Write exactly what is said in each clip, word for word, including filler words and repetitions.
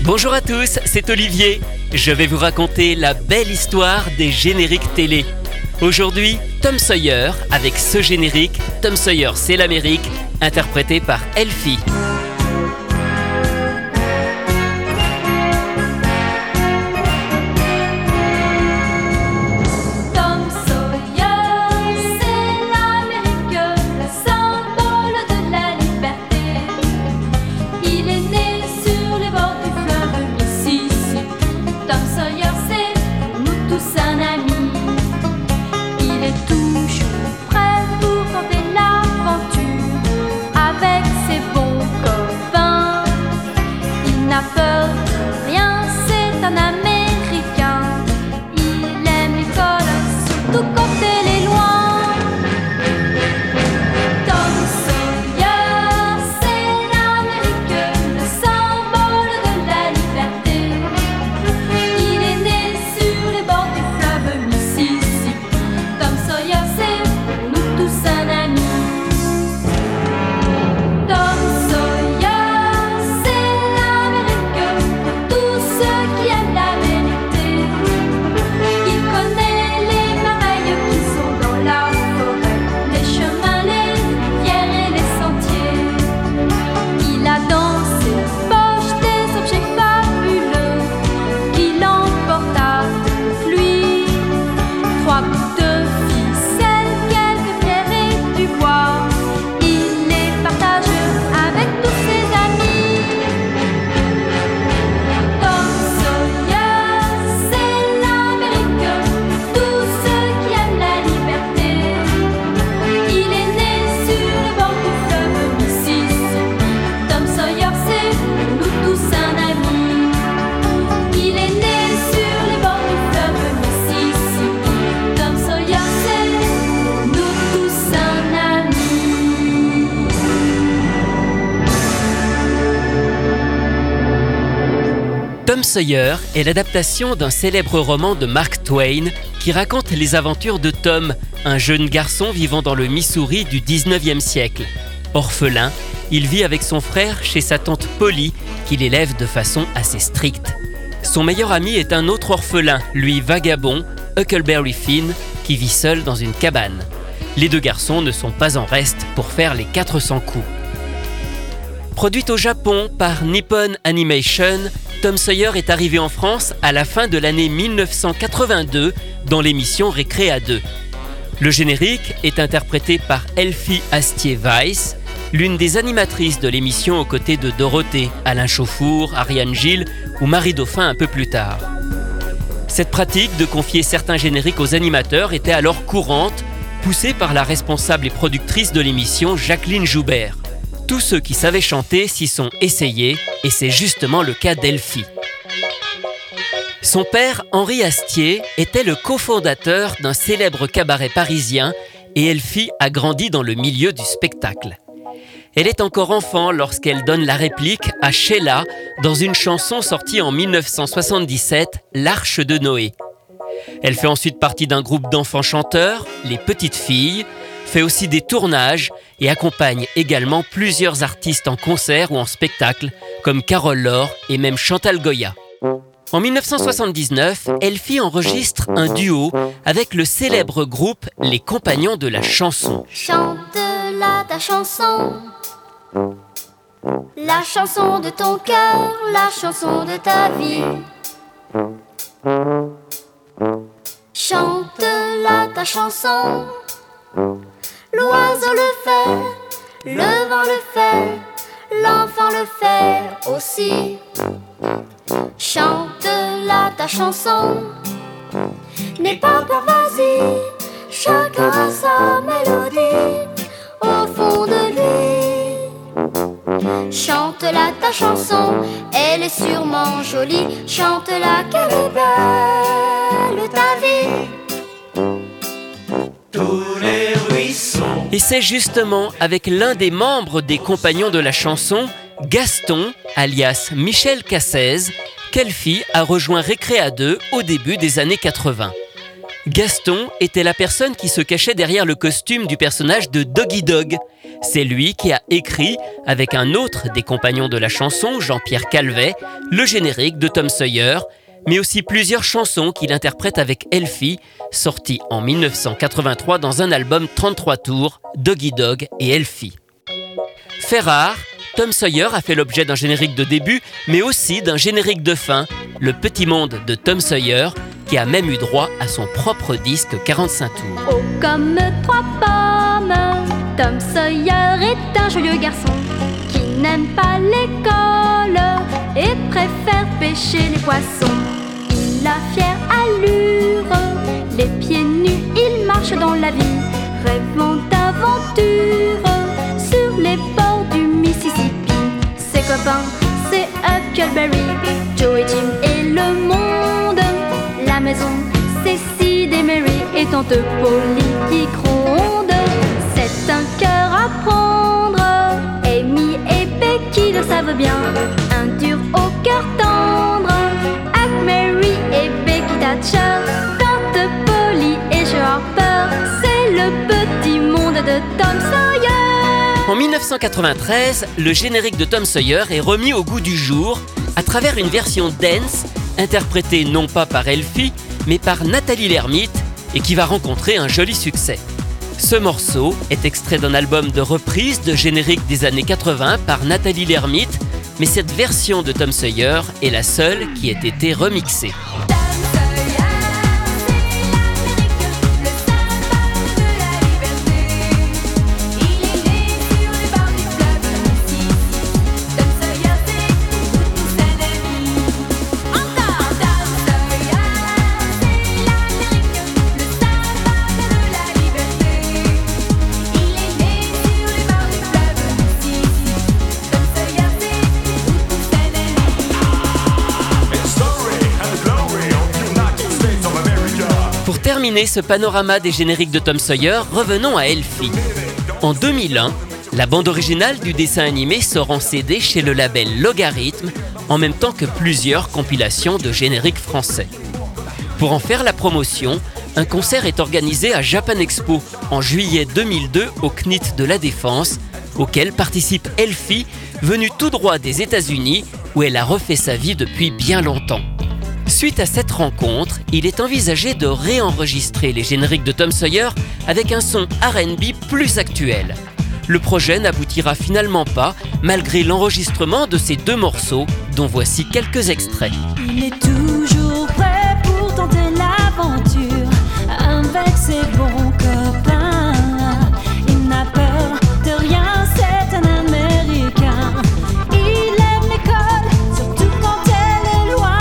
Bonjour à tous, c'est Olivier. Je vais vous raconter la belle histoire des génériques télé. Aujourd'hui, Tom Sawyer avec ce générique, Tom Sawyer c'est l'Amérique, interprété par Elfie. Tom Sawyer est l'adaptation d'un célèbre roman de Mark Twain qui raconte les aventures de Tom, un jeune garçon vivant dans le Missouri du dix-neuvième siècle. Orphelin, il vit avec son frère chez sa tante Polly, qui l'élève de façon assez stricte. Son meilleur ami est un autre orphelin, lui vagabond, Huckleberry Finn, qui vit seul dans une cabane. Les deux garçons ne sont pas en reste pour faire les quatre cents coups. Produite au Japon par Nippon Animation, Tom Sawyer est arrivé en France à la fin de l'année mille neuf cent quatre-vingt-deux dans l'émission Récré à deux. Le générique est interprété par Elfie Astier-Weiss, l'une des animatrices de l'émission aux côtés de Dorothée, Alain Chauffour, Ariane Gilles ou Marie Dauphin un peu plus tard. Cette pratique de confier certains génériques aux animateurs était alors courante, poussée par la responsable et productrice de l'émission Jacqueline Joubert. Tous ceux qui savaient chanter s'y sont essayés, et c'est justement le cas d'Elfie. Son père, Henri Astier, était le cofondateur d'un célèbre cabaret parisien, et Elfie a grandi dans le milieu du spectacle. Elle est encore enfant lorsqu'elle donne la réplique à Sheila dans une chanson sortie en mille neuf cent soixante-dix-sept, L'Arche de Noé. Elle fait ensuite partie d'un groupe d'enfants chanteurs, les Petites Filles, fait aussi des tournages et accompagne également plusieurs artistes en concert ou en spectacle, comme Carole Laure et même Chantal Goya. En mille neuf cent soixante-dix-neuf, Elfie enregistre un duo avec le célèbre groupe Les Compagnons de la Chanson. Chante-la ta chanson, la chanson de ton cœur, la chanson de ta vie. Chante-la ta chanson. L'oiseau le fait, le vent le fait, l'enfant le fait aussi. Chante-la ta chanson, n'aie pas peur, vas-y, chacun a sa mélodie au fond de lui. Chante-la ta chanson, elle est sûrement jolie. Chante-la qu'elle est belle ta vie. Tous les ruisseaux. Et c'est justement avec l'un des membres des Compagnons de la Chanson, Gaston, alias Michel Cassez, qu'Elfie a rejoint Récré à deux au début des années quatre-vingts. Gaston était la personne qui se cachait derrière le costume du personnage de Doggy Dog. C'est lui qui a écrit, avec un autre des compagnons de la chanson, Jean-Pierre Calvet, le générique de Tom Sawyer, mais aussi plusieurs chansons qu'il interprète avec Elfie, sorties en dix-neuf cent quatre-vingt-trois dans un album trente-trois tours, Doggy Dog et Elfie. Fait rare, Tom Sawyer a fait l'objet d'un générique de début, mais aussi d'un générique de fin, Le Petit Monde de Tom Sawyer, qui a même eu droit à son propre disque quarante-cinq tours. Oh, comme trois pommes, Tom Sawyer est un joyeux garçon qui n'aime pas l'école et préfère pêcher les poissons. Il a fière allure, les pieds nus, il marche dans la vie, rêvant d'aventure sur les bords du Mississippi. Ses copains, c'est Huckleberry, Joe et Jim et le monde. La maison, c'est Sid et Mary et tante Polly qui gronde. C'est un cœur à prendre, Amy et Becky le savent bien. Un dur au cœur tendre, Huck, Mary et Becky Thatcher. Tante Polly et Joe Harper, c'est le petit monde de Tom Sawyer. En dix-neuf cent quatre-vingt-treize, le générique de Tom Sawyer est remis au goût du jour à travers une version dance interprétée non pas par Elfie, mais par Nathalie Lermite et qui va rencontrer un joli succès. Ce morceau est extrait d'un album de reprise de générique des années quatre-vingts par Nathalie Lermite, mais cette version de Tom Sawyer est la seule qui ait été remixée. Pour terminer ce panorama des génériques de Tom Sawyer, revenons à Elfie. En deux mille un, la bande originale du dessin animé sort en C D chez le label Logarithme, en même temps que plusieurs compilations de génériques français. Pour en faire la promotion, un concert est organisé à Japan Expo en juillet deux mille deux au C N I T de la Défense, auquel participe Elfie, venue tout droit des États-Unis, où elle a refait sa vie depuis bien longtemps. Suite à cette rencontre, il est envisagé de réenregistrer les génériques de Tom Sawyer avec un son R and B plus actuel. Le projet n'aboutira finalement pas, malgré l'enregistrement de ces deux morceaux, dont voici quelques extraits. Il est toujours prêt pour tenter l'aventure avec ses bons copains. Il n'a peur de rien, c'est un Américain. Il aime l'école, surtout quand elle est loin.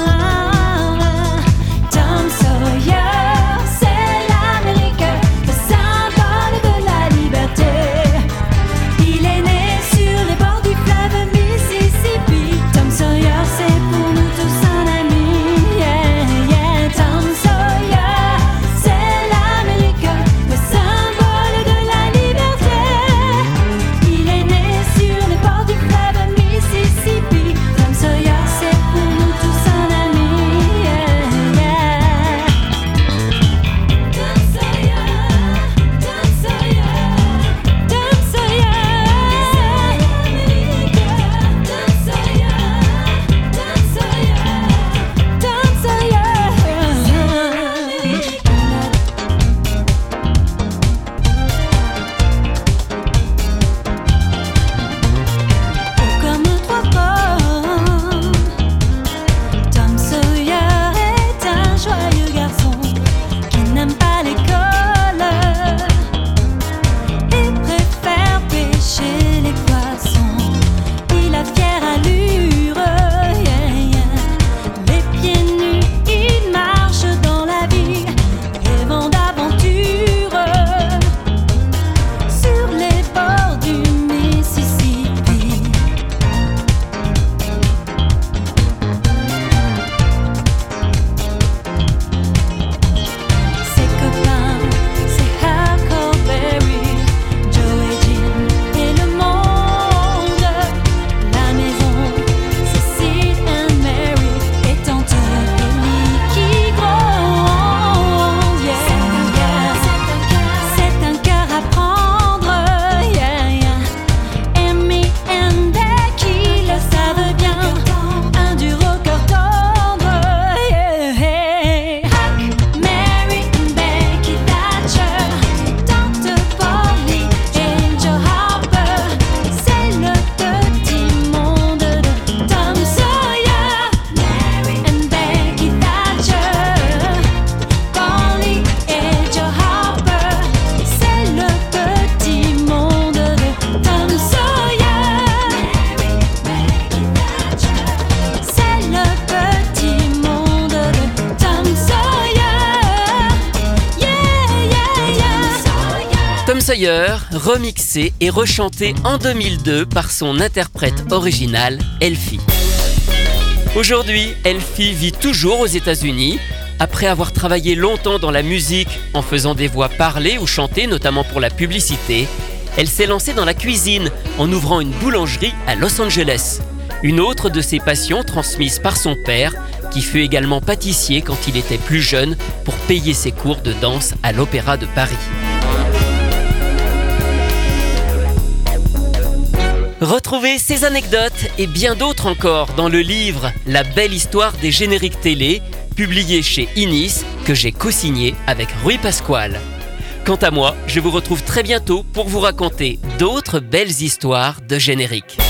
Tom Sawyer, c'est l'Amérique, le symbole de la liberté. Il est né sur les bords du fleuve Mississippi. Tom Sawyer, c'est pour nous tous un ami. Yeah, yeah. Tom Sawyer, c'est l'Amérique, Sawyer, remixé et rechanté en deux mille deux par son interprète original, Elfie. Aujourd'hui, Elfie vit toujours aux États-Unis. Après avoir travaillé longtemps dans la musique en faisant des voix parlées ou chantées, notamment pour la publicité, elle s'est lancée dans la cuisine en ouvrant une boulangerie à Los Angeles. Une autre de ses passions transmise par son père, qui fut également pâtissier quand il était plus jeune pour payer ses cours de danse à l'Opéra de Paris. Retrouvez ces anecdotes et bien d'autres encore dans le livre « La belle histoire des génériques télé » publié chez Inis, que j'ai co-signé avec Rui Pasquale. Quant à moi, je vous retrouve très bientôt pour vous raconter d'autres belles histoires de génériques.